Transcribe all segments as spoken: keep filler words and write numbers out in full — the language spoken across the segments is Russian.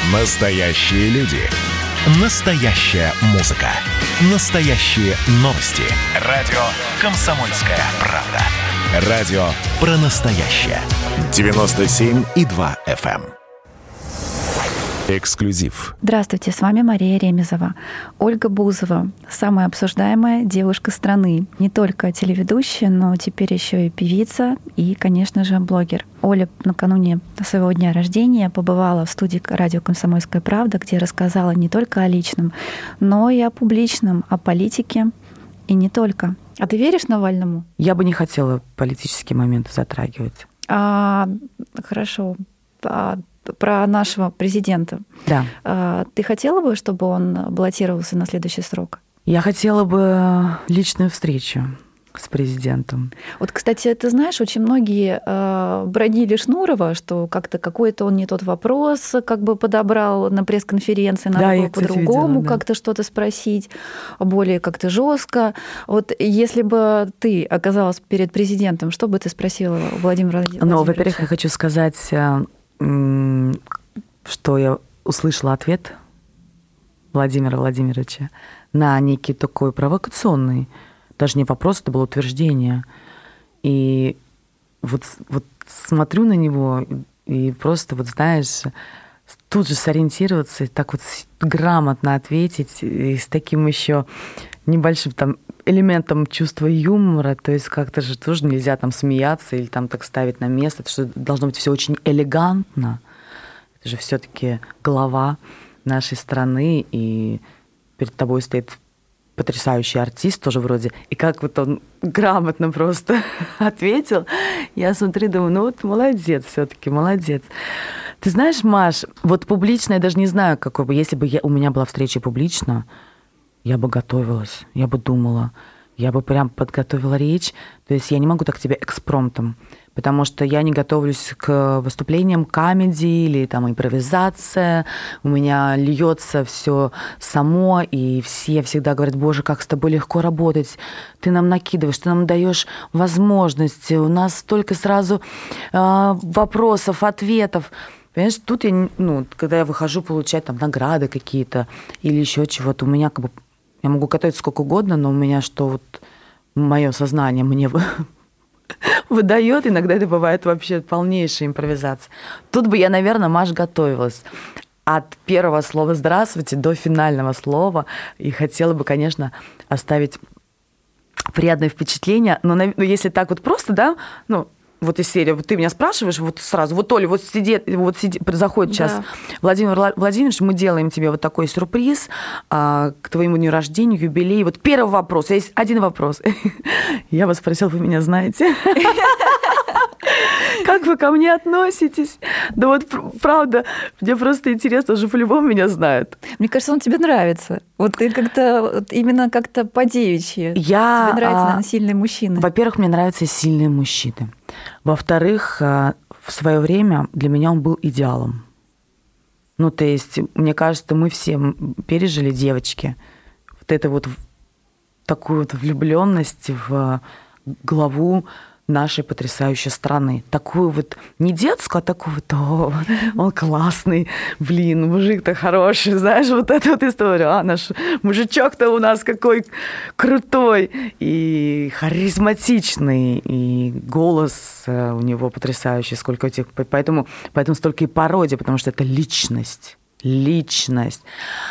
Настоящие люди. Настоящая музыка. Настоящие новости. Радио «Комсомольская правда». Радио про настоящее. девяносто семь и два эф эм. Эксклюзив. Здравствуйте, с вами Мария Ремезова. Ольга Бузова, самая обсуждаемая девушка страны. Не только телеведущая, но теперь еще и певица и, конечно же, блогер. Оля накануне своего дня рождения побывала в студии радио «Комсомольская правда», где рассказала не только о личном, но и о публичном, о политике и не только. А ты веришь Навальному? Я бы не хотела политические моменты затрагивать. А, хорошо. А, про нашего президента. Да. А, ты хотела бы, чтобы он баллотировался на следующий срок? Я хотела бы личную встречу с президентом. Вот, кстати, ты знаешь, очень многие э, бронили Шнурова, что как-то какой-то он не тот вопрос как бы подобрал на пресс-конференции, надо да, было я, кстати, по-другому видела, да. как-то что-то спросить, более как-то жестко. Вот если бы ты оказалась перед президентом, что бы ты спросила Владимира Владимировича? Ну, во-первых, я хочу сказать, что я услышала ответ Владимира Владимировича на некий такой провокационный, даже не вопрос, это было утверждение. И вот, вот смотрю на него и просто, вот знаешь, тут же сориентироваться и так вот грамотно ответить, и с таким еще небольшим там элементом чувства юмора, то есть как-то же тоже нельзя там смеяться или там так ставить на место, это что должно быть все очень элегантно. Это же все-таки глава нашей страны, и перед тобой стоит потрясающий артист тоже вроде. И как вот он грамотно просто ответил, я смотрю, думаю, ну вот молодец все-таки, молодец. Ты знаешь, Маш, вот публично, я даже не знаю, какой бы, если бы я, у меня была встреча публично, я бы готовилась, я бы думала, я бы прям подготовила речь. То есть я не могу так тебе экспромтом, потому что я не готовлюсь к выступлениям камеди или там импровизация. У меня льется все само, и все всегда говорят: боже, как с тобой легко работать. Ты нам накидываешь, ты нам даешь возможности. У нас столько сразу э, вопросов, ответов. Понимаешь, тут я, ну, когда я выхожу получать там награды какие-то или еще чего-то, у меня как бы я могу готовиться сколько угодно, но у меня что вот мое сознание мне выдает, иногда это бывает вообще полнейшая импровизация. Тут бы я, наверное, Маш, готовилась от первого слова «здравствуйте» до финального слова, и хотела бы, конечно, оставить приятное впечатление, но, но если так вот просто, да, ну, вот из серии, вот ты меня спрашиваешь, вот сразу, вот, Оля, вот сидит, вот сидит, заходит сейчас да. Владимир Владимирович, мы делаем тебе вот такой сюрприз а, к твоему дню рождения, юбилею. Вот первый вопрос, есть один вопрос. Я вас спросила, вы меня знаете? Как вы ко мне относитесь? Да вот правда, мне просто интересно, что по-любому меня знают. Мне кажется, он тебе нравится. Вот ты как-то, вот именно как-то по-девичьи. Я, тебе нравятся, наверное, сильные мужчины. Во-первых, мне нравятся сильные мужчины. Во-вторых, в свое время для меня он был идеалом. Ну, то есть, мне кажется, мы все пережили, девочки, вот эту вот такую вот влюбленность в главу нашей потрясающей страны. Такую вот, не детскую, а такую вот, о, он классный, блин, мужик-то хороший, знаешь, вот эту вот историю, а, наш мужичок-то у нас какой крутой и харизматичный, и голос у него потрясающий, сколько этих, поэтому, поэтому столько и пародий, потому что это личность, личность.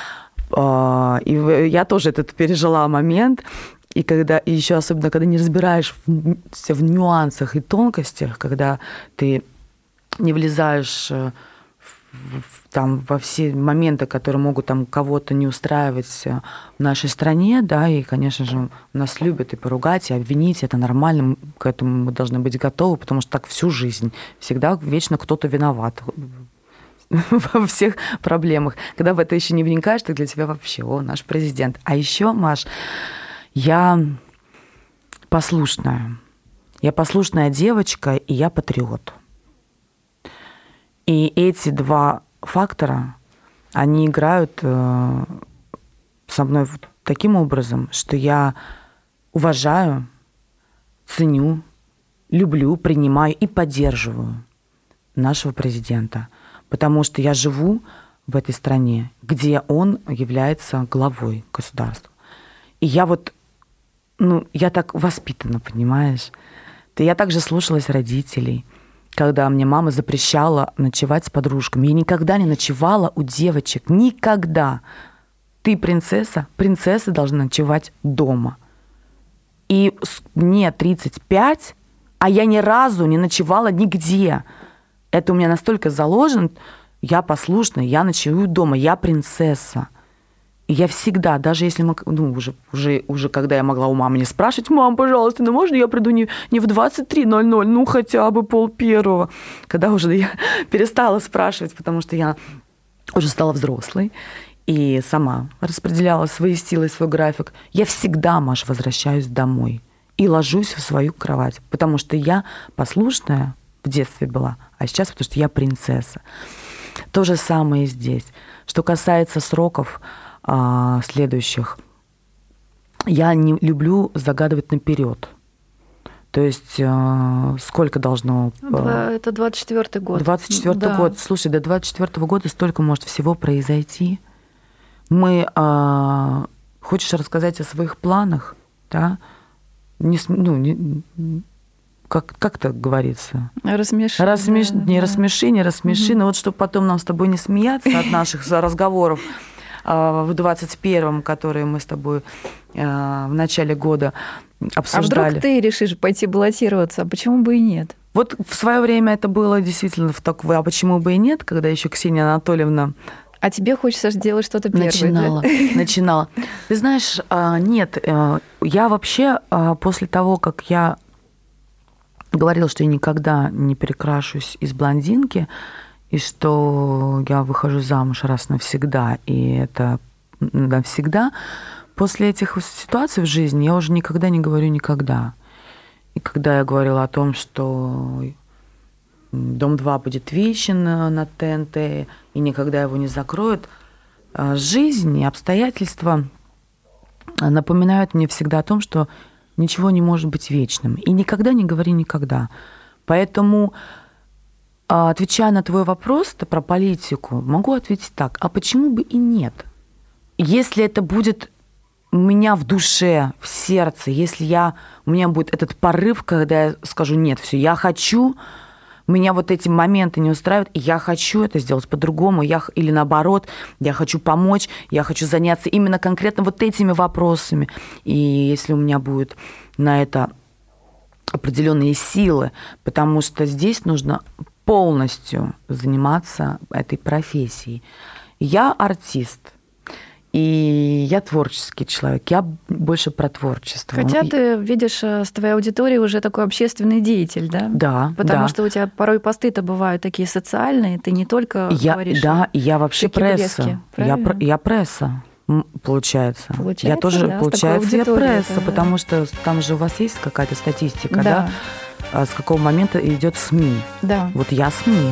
И я тоже этот пережила момент. И когда, и еще особенно, когда не разбираешь в, в нюансах и тонкостях, когда ты не влезаешь в, в, там, во все моменты, которые могут там кого-то не устраивать в нашей стране, да, и, конечно же, нас любят и поругать, и обвинить, это нормально, к этому мы должны быть готовы, потому что так всю жизнь, всегда вечно кто-то виноват во всех проблемах. Когда в это еще не вникаешь, так для тебя вообще, о, наш президент. А еще, Маш, я послушная. Я послушная девочка, и я патриот. И эти два фактора, они играют со мной таким образом, что я уважаю, ценю, люблю, принимаю и поддерживаю нашего президента. Потому что я живу в этой стране, где он является главой государства. И я вот, ну, я так воспитана, понимаешь? Я также слушалась родителей, когда мне мама запрещала ночевать с подружками. Я никогда не ночевала у девочек. Никогда. Ты принцесса, принцесса должна ночевать дома. И мне тридцать пять, а я ни разу не ночевала нигде. Это у меня настолько заложено. Я послушная, я ночую дома, я принцесса. И я всегда, даже если мы, ну, уже, уже, уже когда я могла у мамы не спрашивать, мам, пожалуйста, ну можно я приду не, не в двадцать три ноль ноль, ну хотя бы пол первого. Когда уже я перестала спрашивать, потому что я уже стала взрослой и сама распределяла свои силы, свой график, я всегда, Маш, возвращаюсь домой и ложусь в свою кровать, потому что я послушная в детстве была, а сейчас потому что я принцесса. То же самое и здесь. Что касается сроков а, следующих, я не люблю загадывать наперед. То есть а, сколько должно... Два, это двадцать четвёртый год. двадцать четвёртый да. год. Слушай, до двадцать четвёртого года столько может всего произойти. Мы... А, хочешь рассказать о своих планах? Да? Не, ну, не, Как, как так говорится? Рассмеши. Рассмеш... Да, не да. рассмеши, не рассмеши. Угу. Но вот чтобы потом нам с тобой не смеяться от наших разговоров в двадцать первом, которые мы с тобой в начале года обсуждали. А вдруг ты решишь пойти баллотироваться? А почему бы и нет? Вот в свое время это было действительно в такое, а почему бы и нет, когда еще Ксения Анатольевна... А тебе хочется сделать что-то первое, начинала, да? Начинала. Ты знаешь, нет, я вообще после того, как я говорила, что я никогда не перекрашусь из блондинки, и что я выхожу замуж раз навсегда, и это навсегда, после этих ситуаций в жизни я уже никогда не говорю никогда. И когда я говорила о том, что Дом-два будет вечен на ТНТ, и никогда его не закроют, жизнь и обстоятельства напоминают мне всегда о том, что ничего не может быть вечным. И никогда не говори никогда. Поэтому, отвечая на твой вопрос про политику, могу ответить так. А почему бы и нет? Если это будет у меня в душе, в сердце, если я, у меня будет этот порыв, когда я скажу, нет, все, я хочу, меня вот эти моменты не устраивают, и я хочу это сделать по-другому, я, или наоборот, я хочу помочь, я хочу заняться именно конкретно вот этими вопросами. И если у меня будет на это определенные силы, потому что здесь нужно полностью заниматься этой профессией. Я артист. И я творческий человек, я больше про творчество. Хотя ты видишь, с твоей аудиторией уже такой общественный деятель, да? Да, Потому да. что у тебя порой посты-то бывают такие социальные, ты не только я, говоришь... Да, я вообще пресса. Блески, я, я пресса, получается. Получается, я тоже, да, получается, я пресса, это... потому что там же у вас есть какая-то статистика, да? да? С какого момента идет СМИ. Да. Вот я СМИ.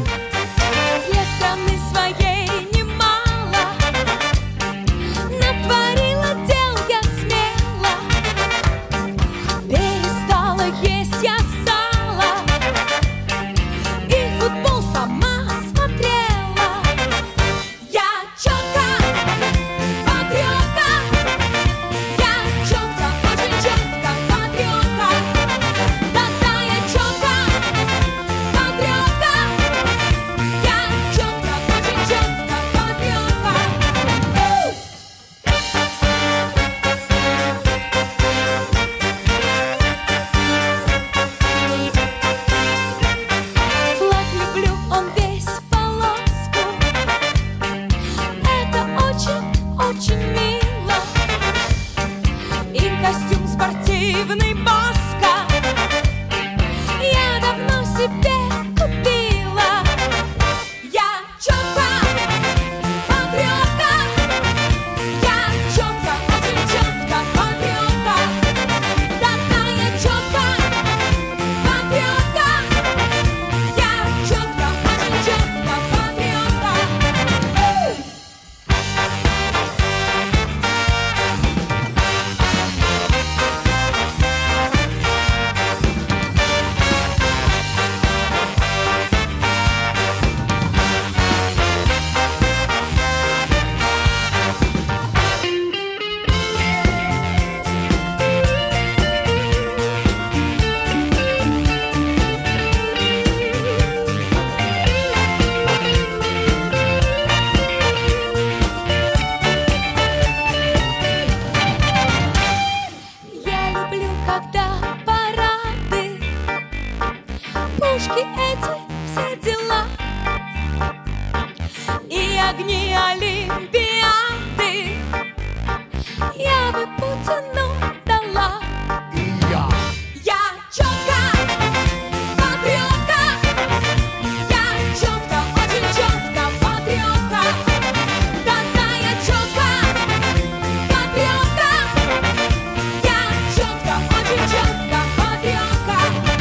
огни Олимпиады. Я бы Путину дала. И я. Я четко патриотка. Я четко, очень четко патриотка. Да-да, я четко патриотка. Я четко, очень четко патриотка.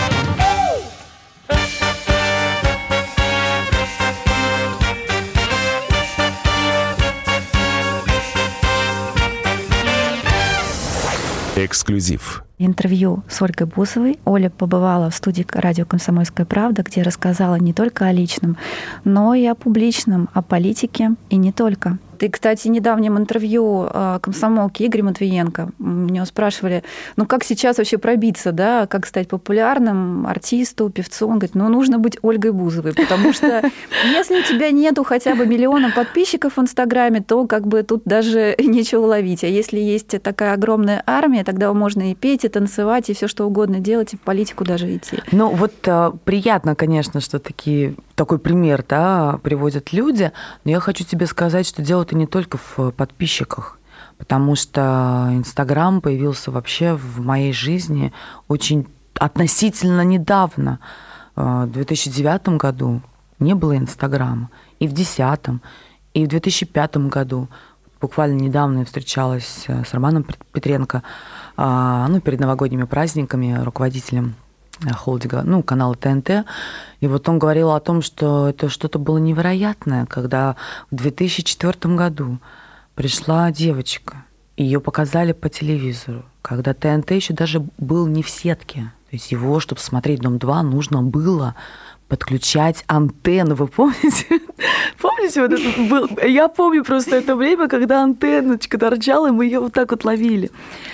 Эксклюзив. Интервью с Ольгой Бузовой. Оля побывала в студии радио «Комсомольская правда», где рассказала не только о личном, но и о публичном, о политике и не только. Ты, кстати, в недавнем интервью комсомолки Игоря Матвиенко, у него спрашивали, ну как сейчас вообще пробиться, да, как стать популярным артисту, певцу. Он говорит, ну нужно быть Ольгой Бузовой, потому что если у тебя нету хотя бы миллиона подписчиков в Инстаграме, то как бы тут даже нечего ловить. А если есть такая огромная армия, тогда можно и петь, и танцевать, и все что угодно делать, и в политику даже идти. Ну вот э, приятно, конечно, что такие, такой пример, да, приводят люди, но я хочу тебе сказать, что дело-то не только в подписчиках, потому что Инстаграм появился вообще в моей жизни очень относительно недавно. В две тысячи девятом году не было Инстаграма, и в две тысячи десятом, и в две тысячи пятом году. Буквально недавно я встречалась с Романом Петренко, ну, перед новогодними праздниками, руководителем холдинга, ну, канала Т Н Т. И вот он говорил о том, что это что-то было невероятное, когда в две тысячи четвёртом году пришла девочка, ее показали по телевизору, когда Т Н Т еще даже был не в сетке. То есть его, чтобы смотреть «Дом-два», нужно было подключать антенну. Вы помните? Помните, вот это был? Я помню просто это время, когда антенночка торчала, и мы ее вот так вот ловили.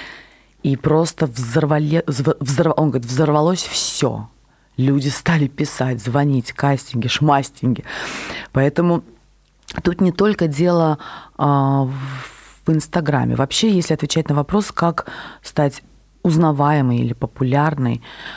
И просто взорвали, взорв... он говорит, взорвалось все. Люди стали писать, звонить, кастинги, шмастинги. Поэтому тут не только дело а, в Инстаграме. Вообще, если отвечать на вопрос, как стать узнаваемой или популярной,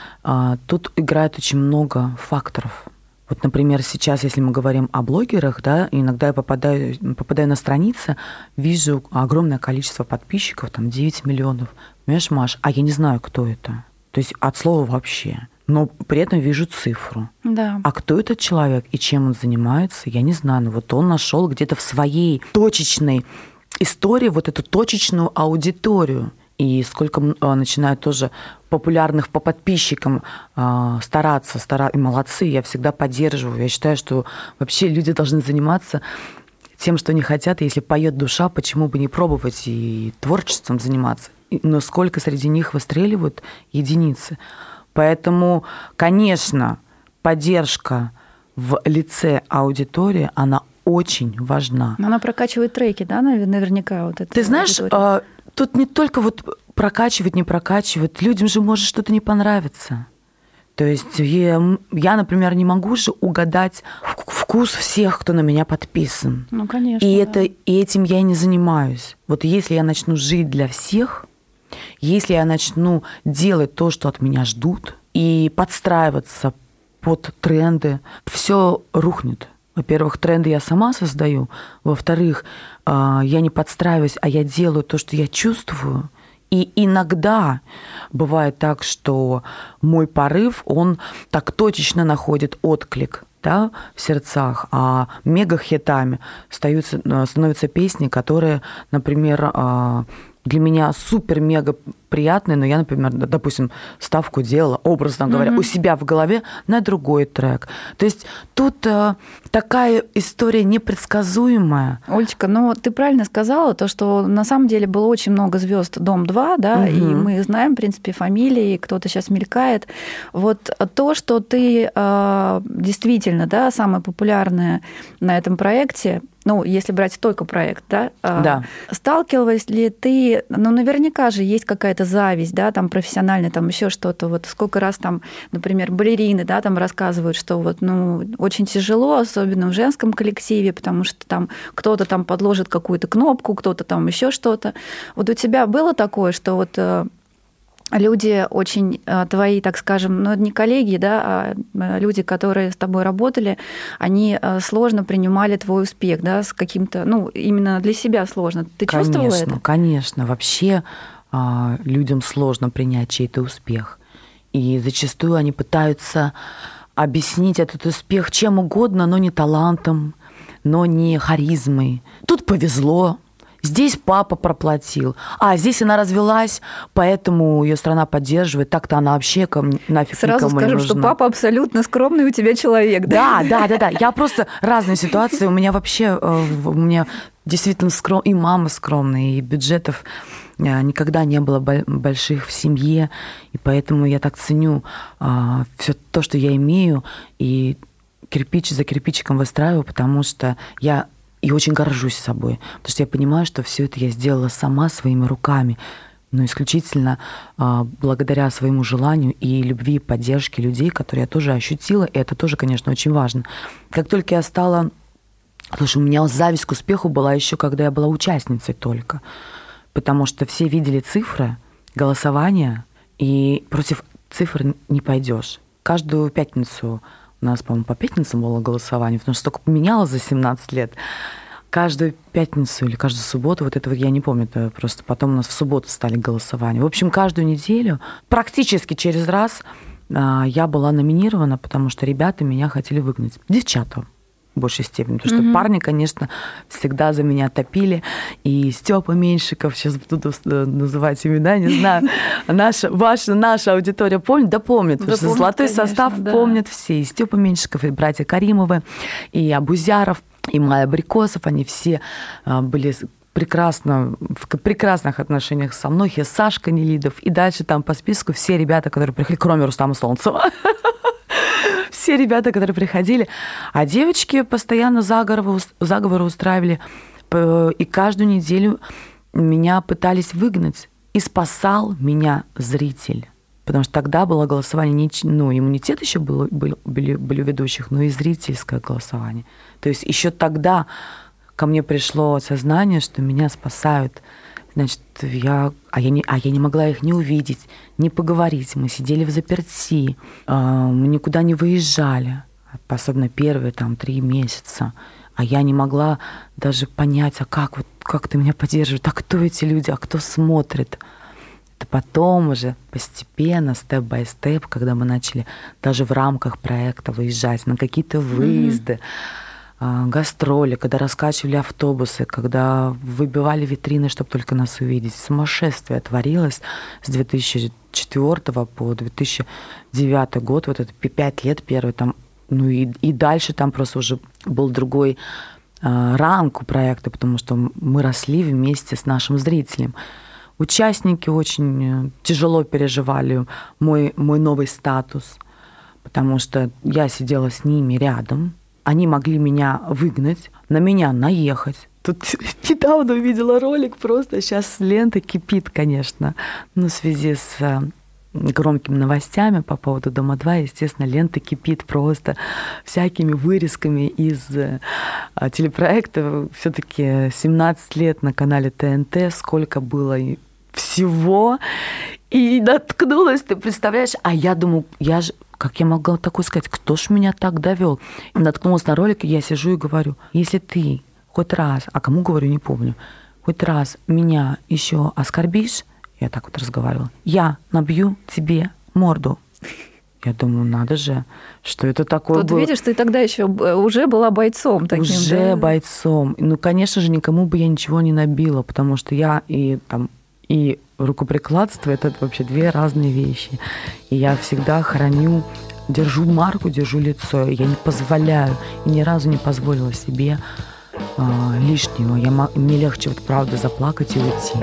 а, тут играет очень много факторов. Вот, например, сейчас, если мы говорим о блогерах, да, иногда я попадаю, попадаю на страницы, вижу огромное количество подписчиков, там девять миллионов. Понимаешь, Маш, а я не знаю, кто это. То есть от слова вообще. Но при этом вижу цифру. Да. А кто этот человек и чем он занимается, я не знаю. Но вот он нашел где-то в своей точечной истории вот эту точечную аудиторию. И сколько начинают тоже популярных по подписчикам стараться, стараться, и молодцы, я всегда поддерживаю. Я считаю, что вообще люди должны заниматься тем, что они хотят, и если поет душа, почему бы не пробовать и творчеством заниматься. Но сколько среди них выстреливают единицы. Поэтому, конечно, поддержка в лице аудитории, она очень важна. Она прокачивает треки, да, наверняка? Вот это. Ты знаешь, аудитория. Тут не только вот прокачивать, не прокачивать. Людям же может что-то не понравиться. То есть я, я, например, не могу же угадать вкус всех, кто на меня подписан. Ну, конечно. И, да. это, и этим я и не занимаюсь. Вот если я начну жить для всех, если я начну делать то, что от меня ждут, и подстраиваться под тренды, все рухнет. Во-первых, тренды я сама создаю. Во-вторых, я не подстраиваюсь, а я делаю то, что я чувствую. И иногда бывает так, что мой порыв, он так точечно находит отклик, да, в сердцах, а мегахитами становятся, становятся песни, которые, например, для меня супер-мега приятные, но я, например, допустим, ставку делала, образно говоря, mm-hmm. у себя в голове на другой трек. То есть тут э, такая история непредсказуемая. Олечка, ну ты правильно сказала, то, что на самом деле было очень много звезд Дом-два, да, mm-hmm. и мы знаем, в принципе, фамилии, кто-то сейчас мелькает. Вот то, что ты э, действительно, да, самая популярная на этом проекте, ну, если брать только проект, да, да. Сталкивалась ли ты, ну, наверняка же есть какая-то зависть, да, там профессиональная, там еще что-то, вот сколько раз там, например, балерины, да, там рассказывают, что вот, ну, очень тяжело, особенно в женском коллективе, потому что там кто-то там подложит какую-то кнопку, кто-то там еще что-то. Вот у тебя было такое, что вот люди очень твои, так скажем, ну, не коллеги, да, а люди, которые с тобой работали, они сложно принимали твой успех, да, с каким-то, ну, именно для себя сложно. Ты конечно, чувствовала это? Конечно, вообще людям сложно принять чей-то успех. И зачастую они пытаются объяснить этот успех чем угодно, но не талантом, но не харизмой. Тут повезло. Здесь папа проплатил, а здесь она развелась, поэтому ее страна поддерживает. Так-то она вообще нафиг Сразу никому скажем, не нужна. что папа абсолютно скромный у тебя человек. Да, да, да, да. Я просто разные ситуации. У меня вообще, у меня действительно скром... и мама скромная, и бюджетов никогда не было больших в семье, и поэтому я так ценю все то, что я имею, и кирпич за кирпичиком выстраиваю, потому что я и очень горжусь собой, потому что я понимаю, что все это я сделала сама своими руками, но исключительно а, благодаря своему желанию и любви, и поддержке людей, которые я тоже ощутила, и это тоже, конечно, очень важно. Как только я стала... Слушай, у меня зависть к успеху была еще, когда я была участницей только, потому что все видели цифры, голосования, и против цифр не пойдешь. Каждую пятницу... У нас, по-моему, по пятницам было голосование, потому что столько поменялось за семнадцать лет. Каждую пятницу или каждую субботу, вот этого я не помню, это просто потом у нас в субботу стали голосования. В общем, каждую неделю, практически через раз я была номинирована, потому что ребята меня хотели выгнать. Девчата в большей степени, потому что mm-hmm. парни, конечно, всегда за меня топили. И Степа Меньшиков, сейчас буду называть имена, не знаю, наша, ваша, наша аудитория помнит? Да помнит, потому что золотой конечно, состав да. помнят все. И Степа Меньшиков, и братья Каримовы, и Абузяров, и Майя Абрикосов, они все были прекрасно, в прекрасных отношениях со мной. И Сашка Нелидов, и дальше там по списку все ребята, которые приходили, кроме Рустама Солнцева. Все ребята, которые приходили. А девочки постоянно заговоры, заговоры устраивали. И каждую неделю меня пытались выгнать. И спасал меня зритель. Потому что тогда было голосование, ну, иммунитет еще был, были, были, были у ведущих, но и зрительское голосование. То есть еще тогда ко мне пришло сознание, что меня спасают. Значит, я, а, я не, а я не могла их не увидеть, не поговорить. Мы сидели в заперти, мы никуда не выезжали, особенно первые там, три месяца. А я не могла даже понять, а как, вот, как ты меня поддерживаешь, а кто эти люди, а кто смотрит. Это потом уже постепенно, степ-бай-степ, когда мы начали даже в рамках проекта выезжать на какие-то выезды, mm-hmm. гастроли, когда раскачивали автобусы, когда выбивали витрины, чтобы только нас увидеть. Сумасшествие творилось с две тысячи четвёртого по две тысячи девятый год, вот это пять лет первый там, ну и, и дальше там просто уже был другой э, ранг у проекта, потому что мы росли вместе с нашим зрителем. Участники очень тяжело переживали мой, мой новый статус, потому что я сидела с ними рядом. Они могли меня выгнать, на меня наехать. Тут недавно увидела ролик, просто сейчас лента кипит, конечно. Но в связи с громкими новостями по поводу Дома-два, естественно, лента кипит просто всякими вырезками из телепроекта. Все-таки семнадцать лет на канале ТНТ, сколько было всего. И наткнулась, ты представляешь? А я думаю, я же... Как я могла такое сказать? Кто ж меня так довел? Наткнулась на ролик, и я сижу и говорю, если ты хоть раз, а кому говорю, не помню, хоть раз меня еще оскорбишь, я так вот разговаривала, я набью тебе морду. Я думаю, надо же, что это такое Тут было. видишь, ты тогда еще уже была бойцом таким. Уже да? бойцом. Ну, конечно же, никому бы я ничего не набила, потому что я и там и рукоприкладство — это вообще две разные вещи. И я всегда храню, держу марку, держу лицо. Я не позволяю, и ни разу не позволила себе а, лишнего. Я, мне легче, вот правда, заплакать и уйти.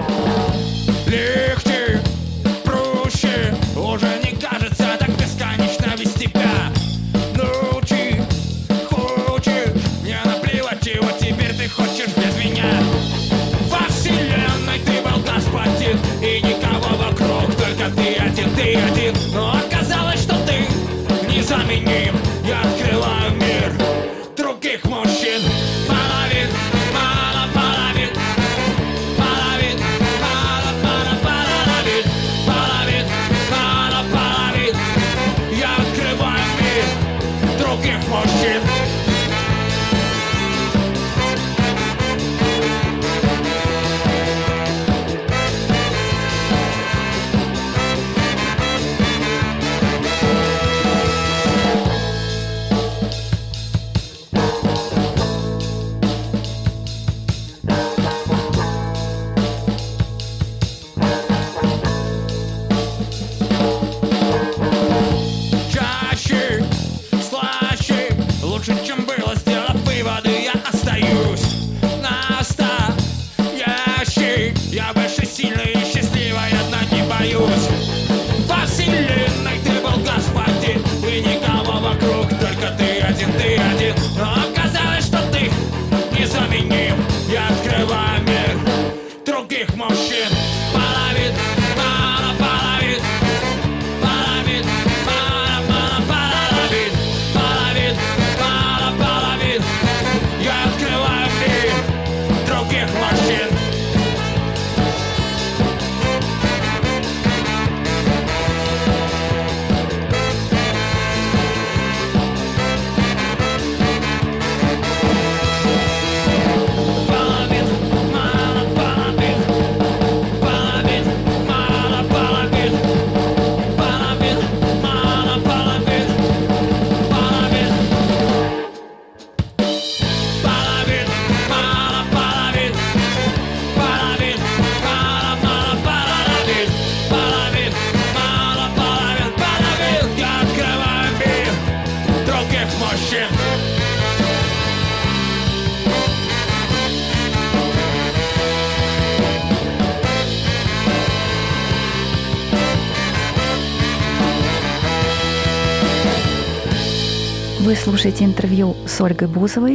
Легче, проще, уже не кажется так бесконечно без тебя. Научи, хочешь, мне наплевать, чего теперь ты хочешь без меня. Во вселенной ты был господин, и никого вокруг, только ты один, ты один. Но оказалось, что ты незаменим. Я открываю мир других мужчин. Половин, мало половин, половин, Вы слушаете интервью с Ольгой Бузовой.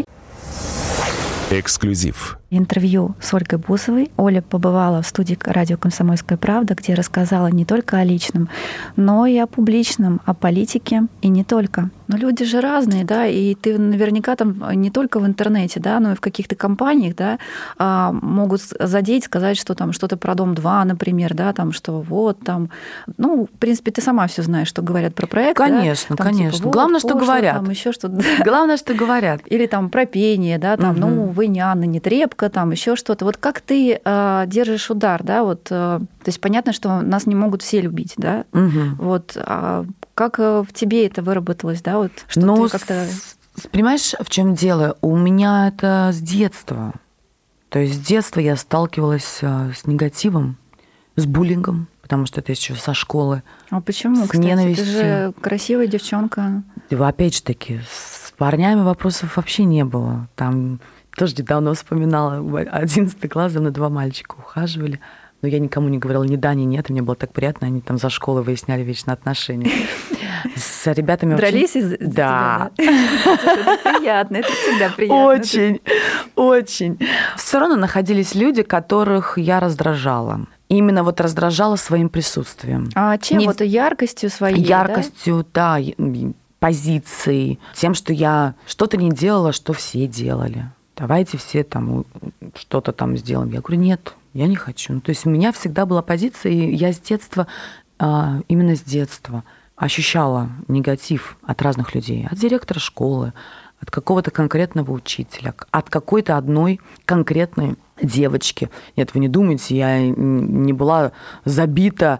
Эксклюзив. Интервью с Ольгой Бузовой. Оля побывала в студии радио «Комсомольская правда», где рассказала не только о личном, но и о публичном, о политике, и не только. Но люди же разные, да, и ты наверняка там не только в интернете, да, но и в каких-то компаниях, да, могут задеть, сказать, что там что-то про Дом-два, например, да, там, что вот там, ну, в принципе, ты сама все знаешь, что говорят про проект. Конечно, да? Там, конечно. Типа, вот, Главное, что пошло, говорят. Там еще что-то. Главное, что говорят. Или там про пение, да, там, угу. ну, вы не Анна Нетребко, там еще что-то. Вот как ты э, держишь удар, да, вот, э, то есть понятно, что нас не могут все любить, да, угу. вот, а как в тебе это выработалось, да, вот, что ну, ты как-то... С, понимаешь, в чем дело? У меня это с детства. То есть с детства я сталкивалась с негативом, с буллингом, потому что это еще со школы. А почему, с кстати? ненавистью. Ты же красивая девчонка. Опять же таки, с парнями вопросов вообще не было. Там тоже недавно вспоминала, одиннадцатый класс, за мной два мальчика ухаживали. Но я никому не говорила ни да, ни нет, и мне было так приятно, они там за школой выясняли вечно отношения. С ребятами... Дрались из-за тебя? Да. Это приятно, это всегда приятно. Очень, очень. Все равно находились люди, которых я раздражала. Именно вот раздражала своим присутствием. А чем? Вот яркостью своей, Яркостью, да, позицией, тем, что я что-то не делала, что все делали. Давайте все там что-то там сделаем. Я говорю, нет, я не хочу. Ну, то есть у меня всегда была позиция, и я с детства, именно с детства ощущала негатив от разных людей. От директора школы, от какого-то конкретного учителя, от какой-то одной конкретной девочки. Нет, вы не думайте, я не была забита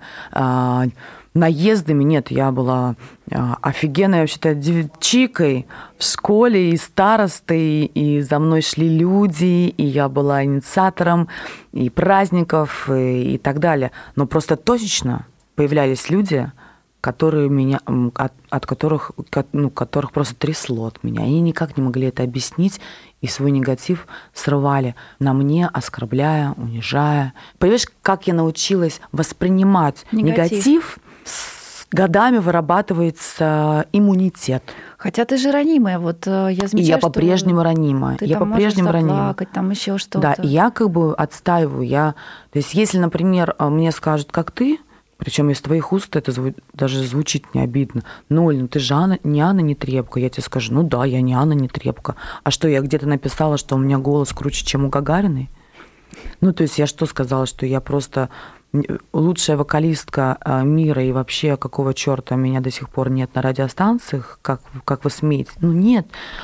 наездами. Нет, я была офигенной вообще-то девчикой в школе, и старостой, и за мной шли люди, и я была инициатором и праздников, и, и так далее. Но просто точечно появлялись люди, которые меня, от, от которых, ну, которых просто трясло от меня. Они никак не могли это объяснить, и свой негатив срывали на мне, оскорбляя, унижая. Понимаешь, как я научилась воспринимать негатив, негатив с годами вырабатывается иммунитет. Хотя ты же ранимая, вот я замечаю, и я по-прежнему ранимая. Ты я там по-прежнему можешь ранимая. заплакать, там еще что-то. Да, и я как бы отстаиваю. Я, то есть, если, например, мне скажут, как ты, причем из твоих уст это зву- даже звучит не обидно. Ну, Оль, ну ты же Анна, не Анна Нетребко. Я тебе скажу, ну да, я не Анна Нетребко. А что, я где-то написала, что у меня голос круче, чем у Гагариной? Ну, то есть я что сказала, что я просто лучшая вокалистка мира, и вообще какого черта меня до сих пор нет на радиостанциях, как, как вы смеете? Ну, нет.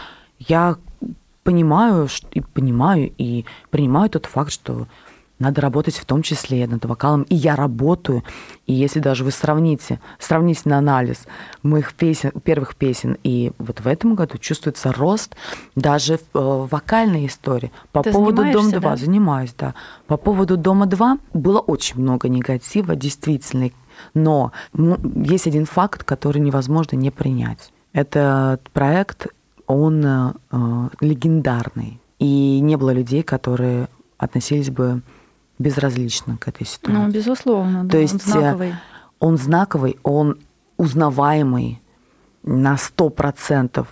Я понимаю, и понимаю, и принимаю тот факт, что надо работать в том числе над вокалом. И я работаю. И если даже вы сравните, сравните на анализ моих песен, первых песен, и вот в этом году чувствуется рост даже в вокальной истории. По Ты поводу занимаешься, Дома-два, да? занимаюсь, да. По поводу Дома-два было очень много негатива, действительно. Но есть один факт, который невозможно не принять. Этот проект, он э, легендарный. И не было людей, которые относились бы безразлично к этой ситуации. Ну, безусловно, да. То есть он знаковый. Он знаковый, он узнаваемый на сто процентов.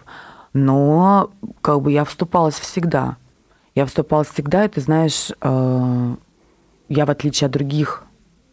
Но как бы я вступалась всегда. Я вступалась всегда, и ты знаешь, я, в отличие от других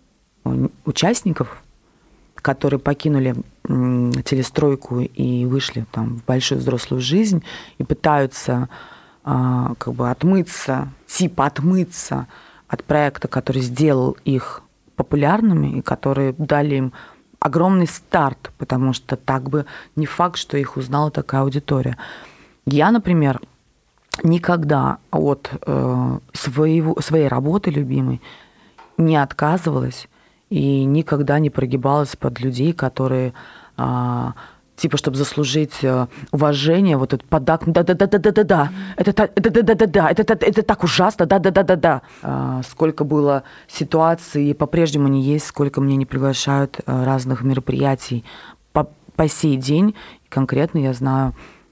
участников, которые покинули телестройку и вышли там в большую взрослую жизнь и пытаются как бы отмыться, типа отмыться от проекта, который сделал их популярными и которые дали им огромный старт, потому что так бы не факт, что их узнала такая аудитория. Я, например, никогда от э, своего, своей работы любимой не отказывалась и никогда не прогибалась под людей, которые... Э, типа, чтобы заслужить уважение, вот этот подак, да-да-да-да-да-да, это да-да-да-да-да, это, это, это так ужасно, да-да-да-да-да. А, сколько было ситуаций, и по-прежнему не есть, сколько мне не приглашают разных мероприятий по, по сей день. И конкретно я знаю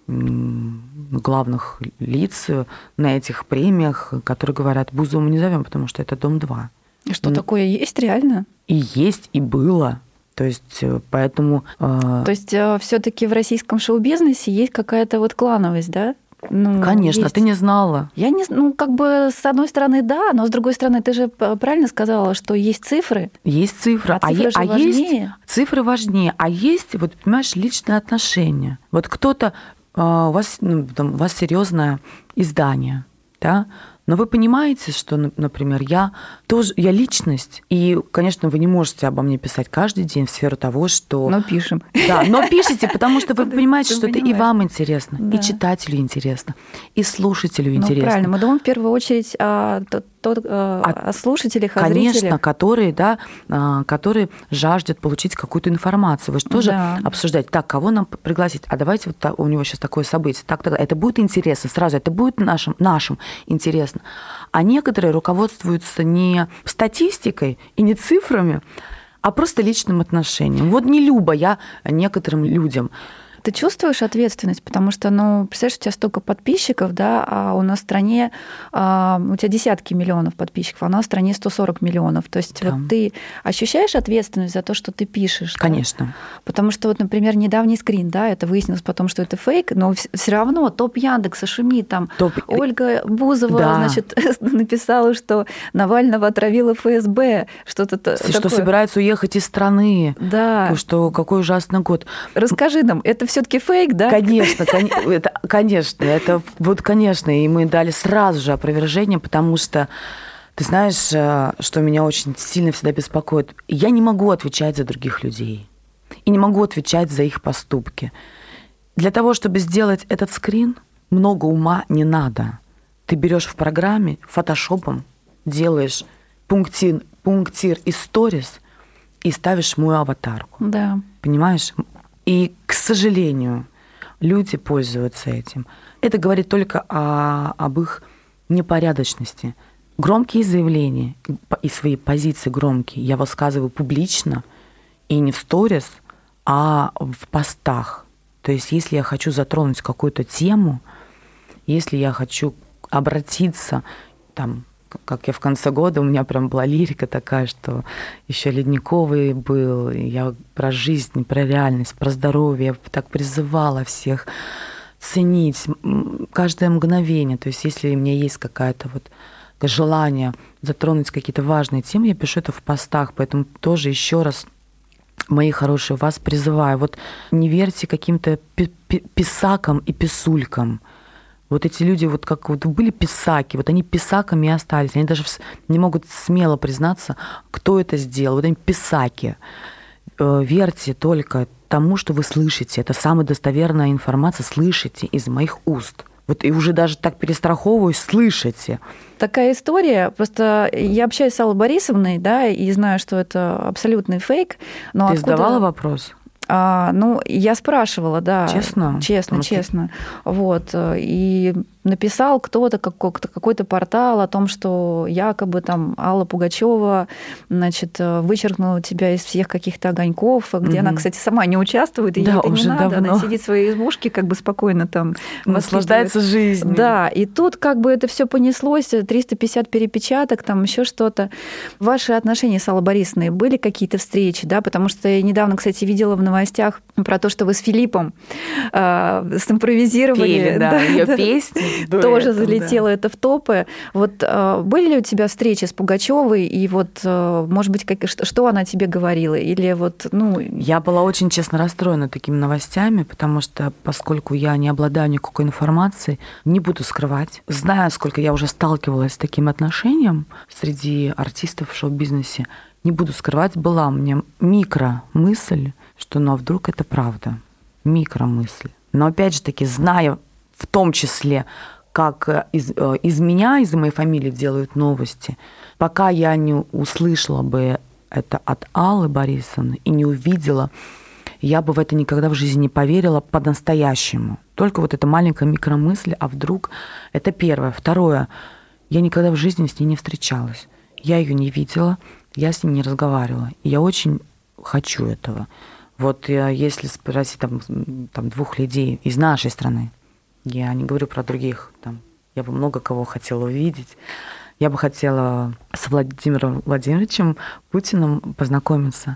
главных лиц на этих премиях, которые говорят, Бузову мы не зовем, потому что это Дом-два. Что, такое есть реально? И есть, и было. То есть э, поэтому... э, То есть все-таки в российском шоу-бизнесе есть какая-то вот клановость, да? Ну, Конечно, есть. ты не знала. Я не, ну, как бы, с одной стороны, да, но с другой стороны, ты же правильно сказала, что есть цифры. Есть цифры, А цифры е- же есть важнее. цифры важнее, а есть, вот понимаешь, личные отношения. Вот кто-то, э, у вас, ну, там, у вас серьезное издание, да, но вы понимаете, что, ну, например, я тоже, я личность, и, конечно, вы не можете обо мне писать каждый день в сферу того, что... Но пишем. Да, но пишите, потому что вы Ты понимаете, что это и понимаешь. вам интересно, Да. и читателю интересно, и слушателю Ну, интересно. правильно, мы думаем в первую очередь о, то- то- о слушателях, о Конечно, зрителях. которые, да, а, которые жаждут получить какую-то информацию. Вы же тоже Да. обсуждаете, так, кого нам пригласить? А давайте вот так, у него сейчас такое событие. Так, тогда это будет интересно сразу, это будет нашим, нашим интересно. А некоторые руководствуются не статистикой и не цифрами, а просто личным отношением. Вот не люба я некоторым людям. Ты чувствуешь ответственность, потому что, ну, представляешь, у тебя столько подписчиков, да, а у нас в стране, а, у тебя десятки миллионов подписчиков, а у нас в стране сто сорок миллионов. То есть Да. вот ты ощущаешь ответственность за то, что ты пишешь? да? Конечно. Потому что вот, например, недавний скрин, да, это выяснилось потом, что это фейк, но все равно топ Яндекса шумит, там Топ- Ольга Бузова, Да. значит, написала, что Навального отравила эф эс бэ, что-то та- Что такое. собираются уехать из страны, Да. что какой ужасный год. Расскажи нам, это все-таки фейк, да? Конечно, кон- это, конечно, это вот, конечно, и мы дали сразу же опровержение, потому что ты знаешь, э, что меня очень сильно всегда беспокоит. Я не могу отвечать за других людей и не могу отвечать за их поступки. Для того, чтобы сделать этот скрин, много ума не надо. Ты берешь в программе фотошопом, делаешь пунктир, пунктир из сторис и ставишь мою аватарку. Да. Понимаешь? И, к сожалению, люди пользуются этим. Это говорит только о, об их непорядочности. Громкие заявления и свои позиции громкие я высказываю публично и не в сторис, а в постах. То есть если я хочу затронуть какую-то тему, если я хочу обратиться, там, как я в конце года, у меня прям была лирика такая, что еще Ледниковый был, и я про жизнь, про реальность, про здоровье, я так призывала всех ценить м, каждое мгновение. То есть если у меня есть какая-то вот желание затронуть какие-то важные темы, я пишу это в постах, поэтому тоже еще раз, мои хорошие, вас призываю, вот не верьте каким-то пи- пи- писакам и писулькам. Вот эти люди, вот как вот были писаки, вот они писаками и остались. Они даже не могут смело признаться, кто это сделал. Вот они писаки. Верьте только тому, что вы слышите. Это самая достоверная информация. Слышите из моих уст. Вот и уже даже так перестраховываюсь, слышите. Такая история. Просто я общаюсь с Аллой Борисовной, да, и знаю, что это абсолютный фейк. Но Ты откуда... задавала вопрос? А, ну, я спрашивала, да. Честно? Честно, Потому честно. Вот. И написал кто-то, какой-то, какой-то портал о том, что якобы там Алла Пугачева, значит, вычеркнула тебя из всех каких-то огоньков, где Мгм. она, кстати, сама не участвует, и Да, ей это не уже надо. давно. Она сидит в своей избушке, как бы спокойно там Наслаждается воспитывает. жизнью. Да, и тут как бы это все понеслось, триста пятьдесят перепечаток, там еще что-то. Ваши отношения с Аллой Борисовной были какие-то встречи, да? Потому что я недавно, кстати, видела в новостях про то, что вы с Филиппом э, симпровизировали. Пели, да, ее песни. Тоже дуэтом, залетело это в топы. Вот э, были ли у тебя встречи с Пугачевой, и вот, э, может быть, как, что, что она тебе говорила? Или вот, ну... Я была очень, честно, расстроена такими новостями, потому что, поскольку я не обладаю никакой информацией, не буду скрывать. Зная, сколько я уже сталкивалась с таким отношением среди артистов в шоу-бизнесе, не буду скрывать, была у меня микромысль, что ну а вдруг это правда. Микромысль. Но опять же таки, зная в том числе, как из, из меня, из моей фамилии делают новости, пока я не услышала бы это от Аллы Борисовны и не увидела, я бы в это никогда в жизни не поверила по-настоящему. Только вот эта маленькая микромысль, а вдруг это первое. Второе, я никогда в жизни с ней не встречалась. Я ее не видела, я с ней не разговаривала. И я очень хочу этого. Вот если спросить там, там двух людей из нашей страны, я не говорю про других, там, я бы много кого хотела увидеть. Я бы хотела с Владимиром Владимировичем Путиным познакомиться.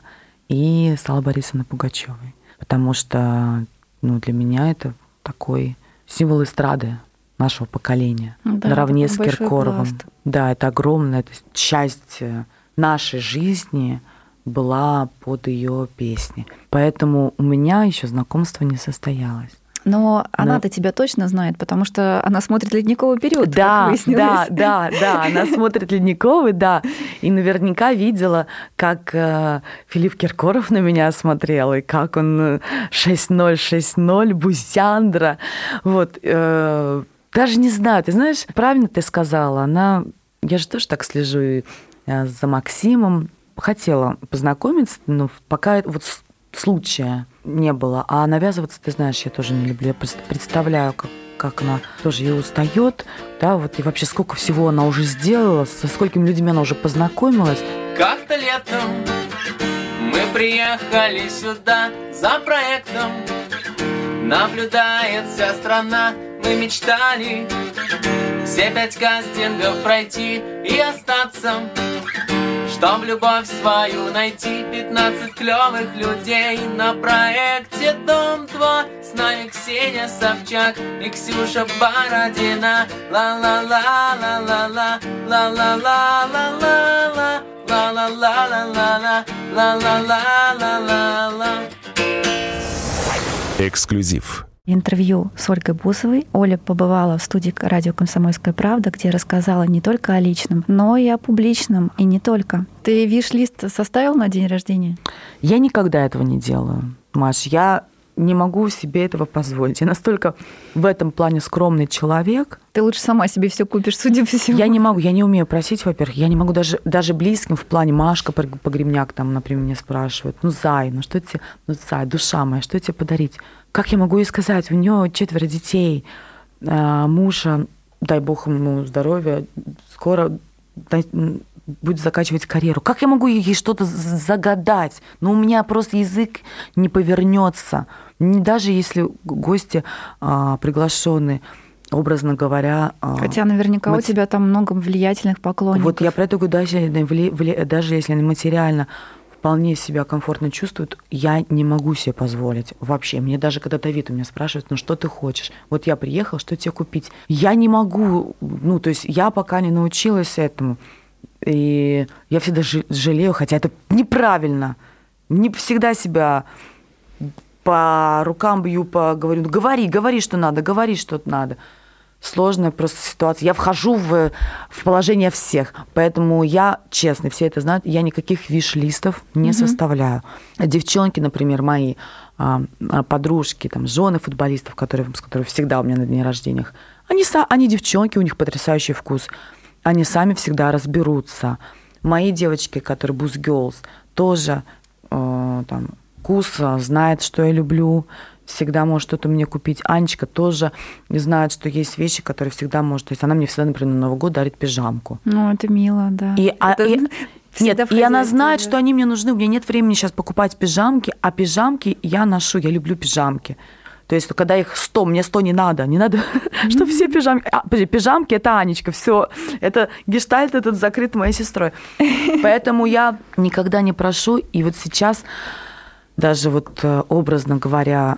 и с Аллой Борисовной Пугачевой. Потому что ну, для меня это такой символ эстрады нашего поколения. Да, наравне с такой большой Киркоровым. пласт. Да, это огромная это часть нашей жизни была под ее песни. Поэтому у меня еще знакомство не состоялось. Но Да. она-то тебя точно знает, потому что она смотрит «Ледниковый период», как Да, выяснилось. да, да, да, она смотрит «Ледниковый», да, и наверняка видела, как э, Филипп Киркоров на меня смотрел, и как он шесть ноль шесть ноль, Бусяндра, вот, э, даже не знаю, ты знаешь, правильно ты сказала, она, я же тоже так слежу и, э, за Максимом, хотела познакомиться, но пока вот случая не было. А навязываться, ты знаешь, я тоже не люблю. Я просто представляю, как, как она тоже и устает, да, вот и вообще сколько всего она уже сделала, со сколькими людьми она уже познакомилась. Как-то летом мы приехали сюда за проектом. Наблюдает вся страна, мы мечтали все пять кастингов пройти и остаться, чтоб любовь свою найти. Пятнадцать клевых людей на проекте «Дом-два». С нами Ксения Собчак и Ксюша Бородина. Ла-ла-ла-ла-ла-ла, ла-ла-ла-ла-ла-ла, ла-ла-ла-ла-ла-ла, ла-ла-ла-ла-ла-ла. Эксклюзив. Интервью с Ольгой Бузовой. Оля побывала в студии радио «Комсомольская правда», где рассказала не только о личном, но и о публичном, и не только. Ты виш-лист составил на день рождения? Я никогда этого не делаю, Маш. Я не могу себе этого позволить. Я настолько в этом плане скромный человек. Ты лучше сама себе все купишь, судя по всему. Я не могу, я не умею просить, во-первых. Я не могу даже, даже близким в плане Машка Погребняк там, например, меня спрашивает, ну, Зай, ну что тебе, ну, Зай, душа моя, что тебе подарить? Как я могу ей сказать? У нее четверо детей, мужа, дай бог ему здоровья, скоро будет заканчивать карьеру. Как я могу ей что-то загадать? Ну, у меня просто язык не повернется. Даже если гости а, приглашенные, образно говоря... Хотя наверняка мати... у тебя там много влиятельных поклонников. Вот я про это говорю, даже, даже если они материально вполне себя комфортно чувствуют, я не могу себе позволить вообще. Мне даже когда Давид у меня спрашивает, ну что ты хочешь? Вот я приехал, что тебе купить? Я не могу, ну то есть я пока не научилась этому. И я всегда жалею, хотя это неправильно. Не всегда себя по рукам бью, по говорю, ну, говори, говори, что надо, говори, что надо. Сложная просто ситуация. Я вхожу в, в положение всех. Поэтому я, честно, все это знают, я никаких виш-листов не mm-hmm. составляю. Девчонки, например, мои подружки, там, жены футболистов, которые, с которыми всегда у меня на дне рождения, они, они девчонки, у них потрясающий вкус. Они сами всегда разберутся. Мои девочки, которые Boost Girls, тоже э, там, вкус, знает, что я люблю, всегда может что-то мне купить. Анечка тоже знает, что есть вещи, которые всегда может... То есть она мне всегда, например, на Новый год дарит пижамку. Ну, это мило, да. И, а, и, нет, и она знает, да. что они мне нужны. У меня нет времени сейчас покупать пижамки, а пижамки я ношу. Я люблю пижамки. То есть, когда их сто, мне сто не надо. Не надо, mm-hmm. чтобы все пижамки... А, подожди, пижамки — это Анечка, все. Это гештальт этот закрыт моей сестрой. Поэтому я никогда не прошу. И вот сейчас... Даже вот образно говоря,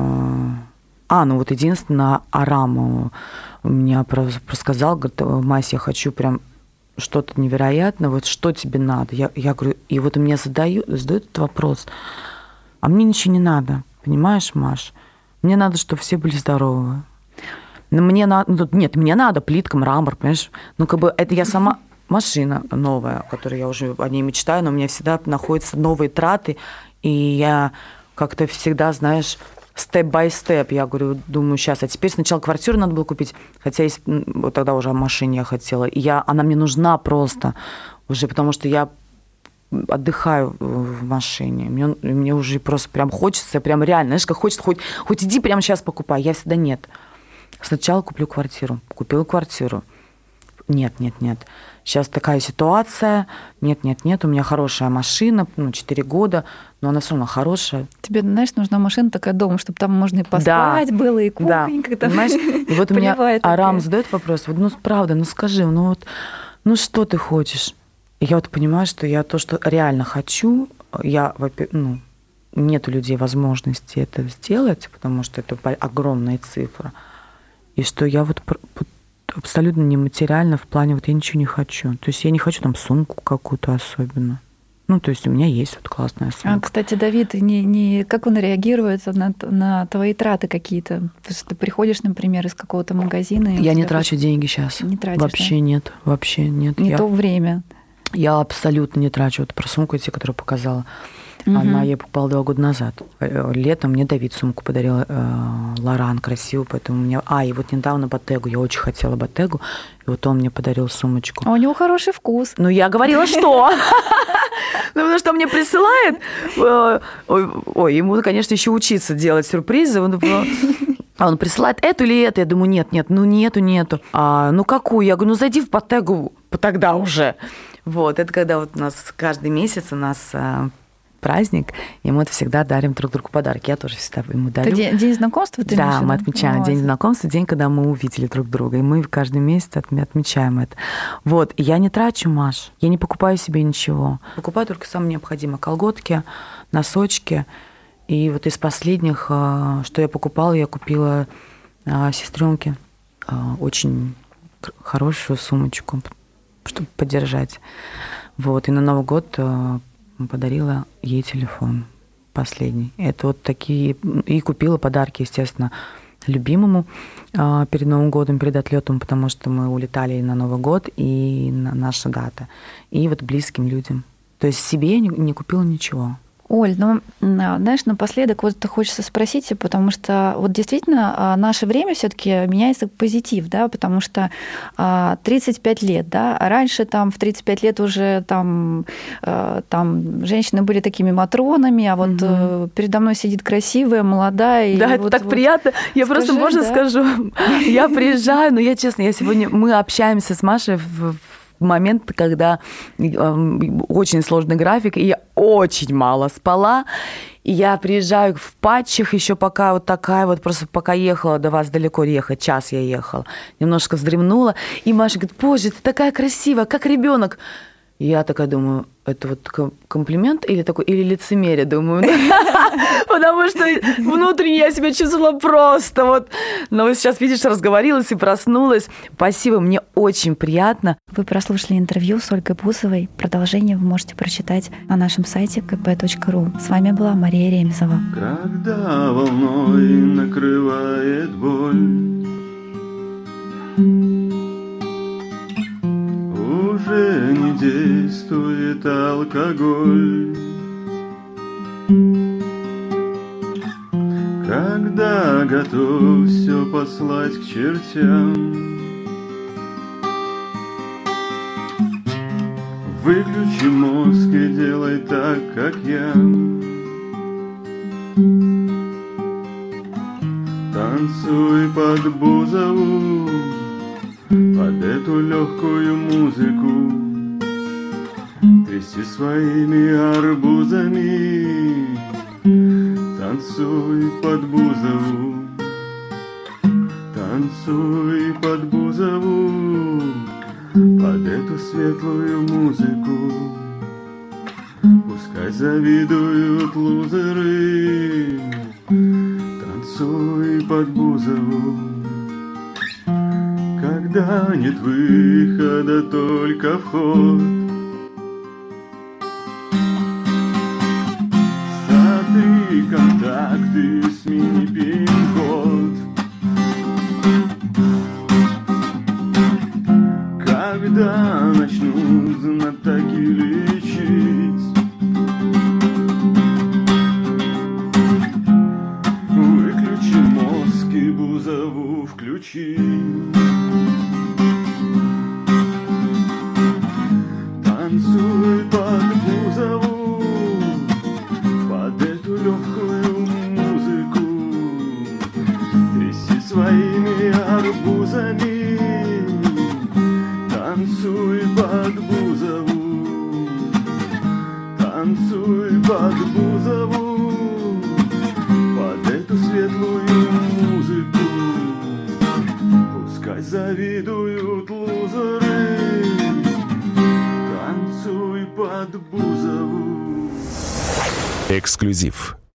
а, ну вот единственное, Арам у меня сказал, говорит, Мася, я хочу прям что-то невероятное, вот что тебе надо? Я, я говорю, и вот у меня задают, задают этот вопрос, а мне ничего не надо, понимаешь, Маш? Мне надо, чтобы все были здоровы. Но мне надо, нет, мне надо плитка, мрамор, понимаешь? Ну как бы это я сама... Машина новая, которую я уже о ней мечтаю, но у меня всегда находятся новые траты, и я как-то всегда, знаешь, степ-бай-степ, я говорю, думаю, сейчас, а теперь сначала квартиру надо было купить, хотя есть, вот тогда уже о машине я хотела, и я, она мне нужна просто уже, потому что я отдыхаю в машине, мне, мне уже просто прям хочется, прям реально, знаешь, как хочется, хоть, хоть иди прямо сейчас покупай, я всегда нет. Сначала куплю квартиру, купила квартиру, нет, нет, нет. Сейчас такая ситуация. Нет, нет, нет, у меня хорошая машина, ну, четыре года, но она все равно хорошая. Тебе, знаешь, нужна машина такая дома, чтобы там можно и поспать да. было, и кухонька. Да. Понимаешь? И вот у меня Арам задает вопрос, вот, ну, правда, ну, скажи, ну, вот, ну, что ты хочешь? И я вот понимаю, что я то, что реально хочу, я, ну, нет у людей возможности это сделать, потому что это огромная цифра, и что я вот абсолютно нематериально в плане, вот я ничего не хочу. То есть я не хочу там сумку какую-то особенно. Ну, то есть у меня есть вот классная сумка. А, кстати, Давид, не, не, как он реагирует на, на твои траты какие-то? То есть ты приходишь, например, из какого-то магазина... Я не трачу деньги сейчас. Не тратишь, вообще да? Нет, вообще нет. Не я, то время. Я абсолютно не трачу. Вот про сумку, те, которую показала. Угу. Она я покупала два года назад. Летом мне Давид сумку подарил, Лоран, красивую, поэтому у меня... А, и вот недавно Bottega, я очень хотела Bottega, и вот он мне подарил сумочку. А у него хороший вкус. Ну, я говорила, что? Ну, потому что он мне присылает... Ой, ему, конечно, еще учиться делать сюрпризы. А он присылает эту или эту? Я думаю, нет, нет, ну нету, нету. А, ну какую? Я говорю, ну зайди в Bottega тогда уже. Вот, это когда вот у нас каждый месяц у нас праздник, и мы это всегда дарим друг другу подарки. Я тоже всегда ему дарю. Это день, день знакомства ты имеешь? Да, мы отмечаем вот. День знакомства, день, когда мы увидели друг друга, и мы каждый месяц отмечаем это. Вот, и я не трачу, Маш, я не покупаю себе ничего. Покупаю только самое необходимое. Колготки, носочки. И вот из последних, что я покупала, я купила сестренке очень хорошую сумочку, чтобы поддержать. Вот, и на Новый год подарила ей телефон последний. Это вот такие... И купила подарки, естественно, любимому перед Новым годом, перед отлетом, потому что мы улетали на Новый год, и на наша дата. И вот близким людям. То есть себе я не, не купила ничего. Оль, ну, знаешь, напоследок вот хочется спросить, потому что вот действительно наше время все-таки меняется в позитив, да, потому что тридцать пять лет, да, а раньше там в тридцать пять лет уже там, там женщины были такими матронами, а вот угу. передо мной сидит красивая, молодая. Да, и это вот, так вот приятно. Я скажи, просто, можно да? скажу, я приезжаю, но я честно, я сегодня, мы общаемся с Машей в момент, когда очень сложный график, и я очень мало спала, и я приезжаю в патчах еще пока вот такая вот, просто пока ехала, до вас далеко ехать, час я ехала, немножко вздремнула, и Маша говорит, боже, ты такая красивая, как ребенок. И я такая думаю, это вот комплимент или такой, или лицемерие, думаю, потому что внутренне я себя чувствовала просто вот. Но вот сейчас, видишь, разговорилась и проснулась. Спасибо, мне очень приятно. Вы прослушали интервью с Ольгой Бузовой. Продолжение вы можете прочитать на нашем сайте ка пэ точка ру. С вами была Мария Ремезова. Когда волной накрывает боль, уже не действует алкоголь. Когда готов все послать к чертям, выключи мозг и делай так, как я. Танцуй под Бузову, под эту легкую музыку, тряси своими арбузами. Танцуй под Бузову, танцуй под Бузову, под эту светлую музыку. Пускай завидуют лузеры. Танцуй под Бузову. Когда нет выхода, только вход. Сотри контакты, смени пин-код. Когда начну знатоки лечить, выключи мозг и Бузову включи. Танцуй под Бузову, под эту легкую музыку, тряси своими арбузами. Танцуй под Бузову, танцуй под Бузову, под эту светлую музыку. Пускай завидуют лузеры. Танцуй под Бузову. Эксклюзив.